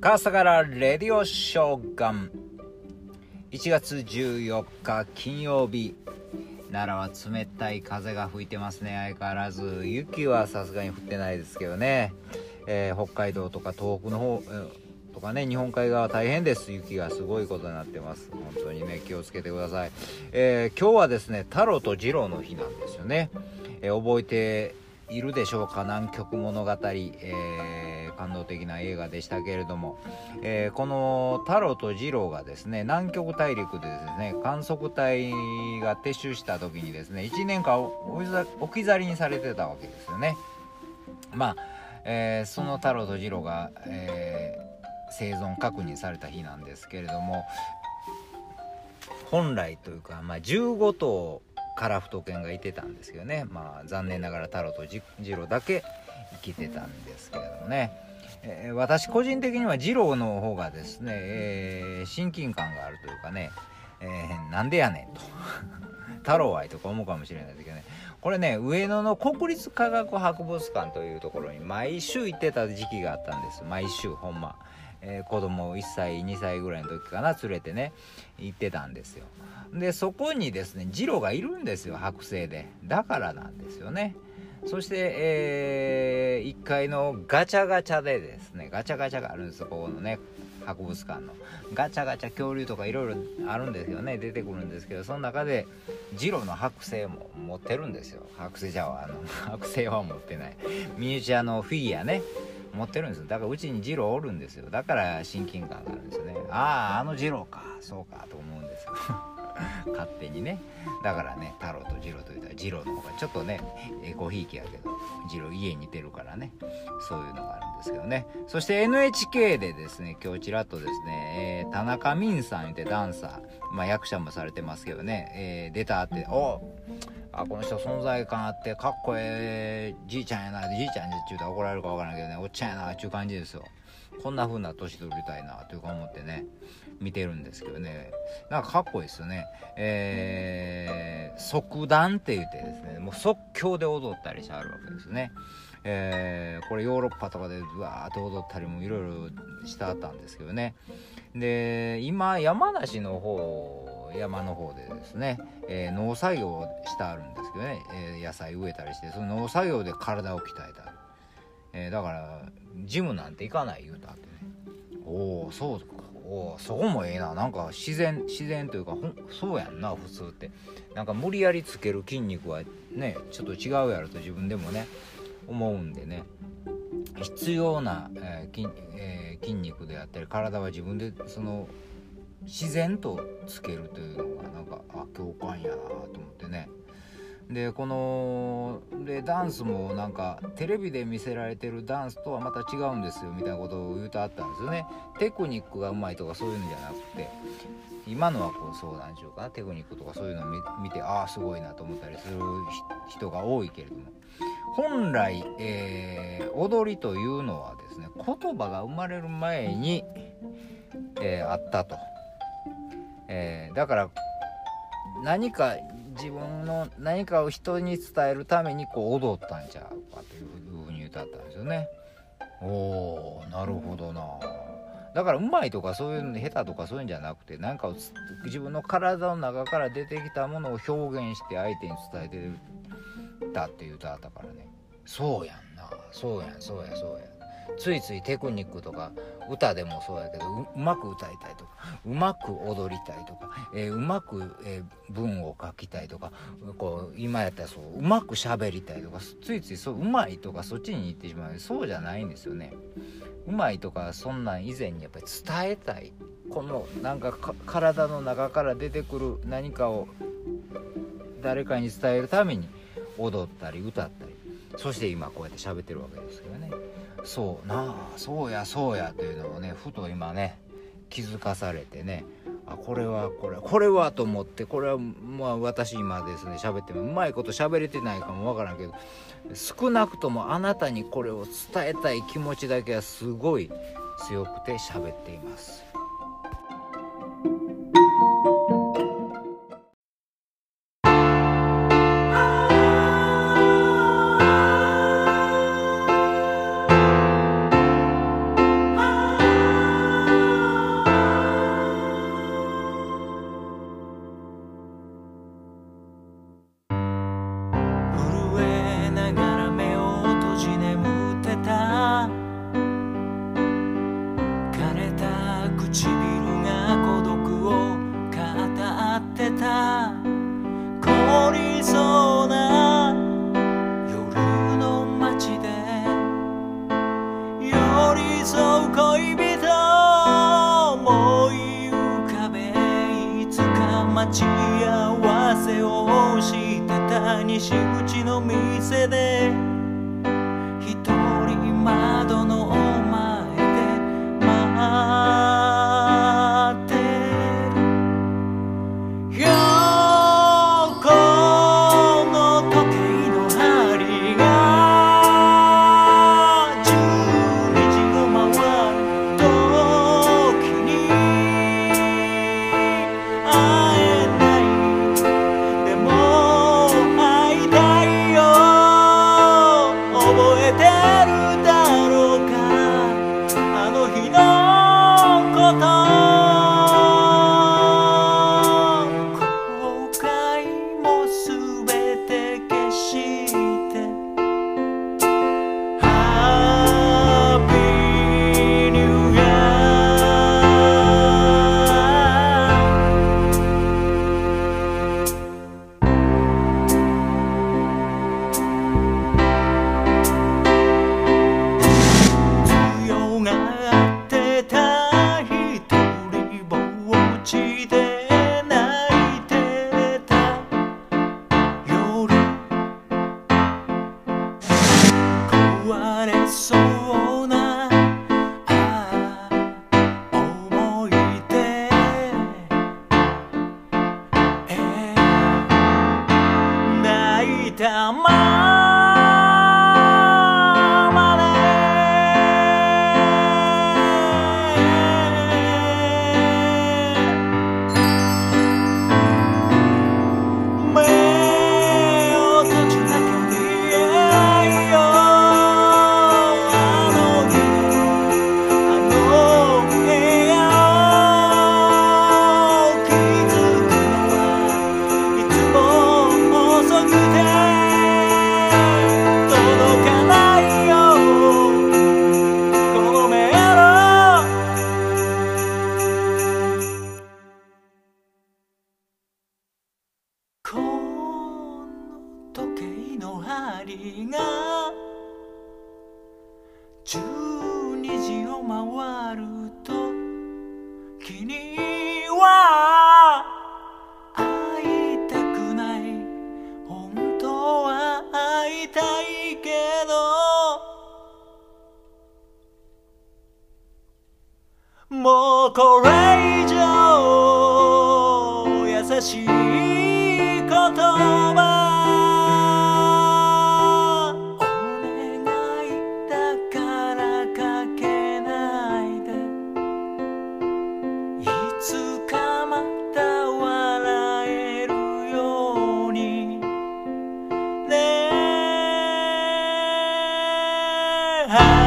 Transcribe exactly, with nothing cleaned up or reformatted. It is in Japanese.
川崎からレディオショーガンいちがつじゅうよっか金曜日、奈良は冷たい風が吹いてますね。相変わらず雪はさすがに降ってないですけどね、えー、北海道とか東北の方とかね、日本海側大変です。雪がすごいことになってます。本当にね、気をつけてください。えー、今日はですね、太郎と次郎の日なんですよね。えー、覚えているでしょうか。南極物語、えー、感動的な映画でしたけれども、えー、この太郎と次郎がですね、南極大陸でですね、観測隊が撤収した時にですね、いちねんかん置き去りにされてたわけですよね。まあ、えー、その太郎と次郎が、えー、生存確認された日なんですけれども、本来というか、まあ、じゅうごとうカラフト犬がいてたんですけどね、まあ残念ながら太郎と次郎だけ生きてたんですけれどもね、えー、私個人的には次郎の方がですね、えー、親近感があるというかね、えー、なんでやねんと太郎愛とか思うかもしれないですけどね、これね、上野の国立科学博物館というところに毎週行ってた時期があったんです。毎週ほんま、えー、子供をいっさいにさいぐらいの時かな、連れてね行ってたんですよ。でそこにですね、次郎がいるんですよ、剥製で。だからなんですよね。そして、えー、いっかいのガチャガチャでですね、ガチャガチャがあるんですよ、ここのね博物館のガチャガチャ、恐竜とかいろいろあるんですよね、出てくるんですけど、その中で次郎の剥製も持ってるんですよ。剥製じゃあの剥製は持ってない、ミニチュアのフィギュアね持ってるんですよ。だからうちに次郎おるんですよ。だから親近感があるんですよね。ああ、あの次郎か、そうかと思うんですよ勝手にね。だからね、太郎と次郎といったら次郎の方がちょっとねエコひいきやけど、次郎家に似てるからね、そういうのがあるんですけどね。そして エヌエイチケー でですね、今日ちらっとですね、えー、田中泯さんってダンサー、まあ役者もされてますけどね、えー、出たって、おあ、この人存在感あってかっこええじいちゃんやな、じいちゃんって言うたら怒られるかわからないけどね、おっちゃんやなっていう感じですよ。こんな風な年取りたいなというか思ってね見てるんですけどね、なんかかっこいいですよね。えー、即段って言ってですね、もう即興で踊ったりしてあるわけですね。えー、これヨーロッパとかでうわーって踊ったりもいろいろしてあったんですけどね。で今山梨の方、山の方でですね、えー、農作業をしてあるんですけどね、えー、野菜植えたりして、その農作業で体を鍛えたり、えー、だからジムなんて行かない言うたってね。おお、そうか、おそこもええな、なんか自然自然というか、ほんそうやんな、普通ってなんか無理やりつける筋肉はねちょっと違うやろと自分でもね思うんでね、必要な、えー 筋, えー、筋肉であったり体は自分でその自然とつけるというのがなんかあ共感やなと思ってね。でこのでダンスもなんかテレビで見せられてるダンスとはまた違うんですよみたいなことを言うとあったんですよね。テクニックがうまいとかそういうのじゃなくて、今のはこうそうなんでしょうか、テクニックとかそういうのを 見, 見てああすごいなと思ったりする人が多いけれども、本来、えー、踊りというのはですね、言葉が生まれる前に、えー、あったと、えー、だから何か自分の何かを人に伝えるためにこう踊ったんちゃうかというふうに言ってあったんですよね。おー、なるほどな。だからうまいとかそういうの下手とかそういうんじゃなくて、何かを自分の体の中から出てきたものを表現して相手に伝えてたって言うとあったからね。そうやんな、そうやん、そうやそうや、ついついテクニックとか歌でもそうやけど う, うまく歌いたいとかうまく踊りたいとか、えー、うまく、えー、文を書きたいとか、こう今やったらそううまく喋りたいとか、ついついそううまいとかそっちに行ってしまう。そうじゃないんですよね。うまいとかそんなん以前にやっぱり伝えたい、このなんかか体の中から出てくる何かを誰かに伝えるために踊ったり歌ったり、そして今こうやって喋ってるわけですけどね。そうなあ、そうやそうやというのをねふと今ね気づかされてね、あこれはこれこれはと思って、これはまあ私今ですね喋ってもうまいこと喋れてないかもわからんけど、少なくともあなたにこれを伝えたい気持ちだけはすごい強くて喋っています。 西口の店で一人窓の前で待ってるよ。この時計の針がじゅうにじを回る時に会えないでも会いたいよ。覚えてるだろうかあの日のこと後悔もすべて消してハッピーニューイヤー。強がってた一人ぼっちで泣いてた夜壊れそうなあ思い出え泣いたままで目を閉じなきゃ見えないよあの日のあの部屋気づくのはいつも遅くて届かないよこのメロこの時計の針がじゅうにじを回るときには会いたくない本当は会いたいけどもうこれ以上優しい言葉お願いだからかけないでいつかまた笑えるようにね。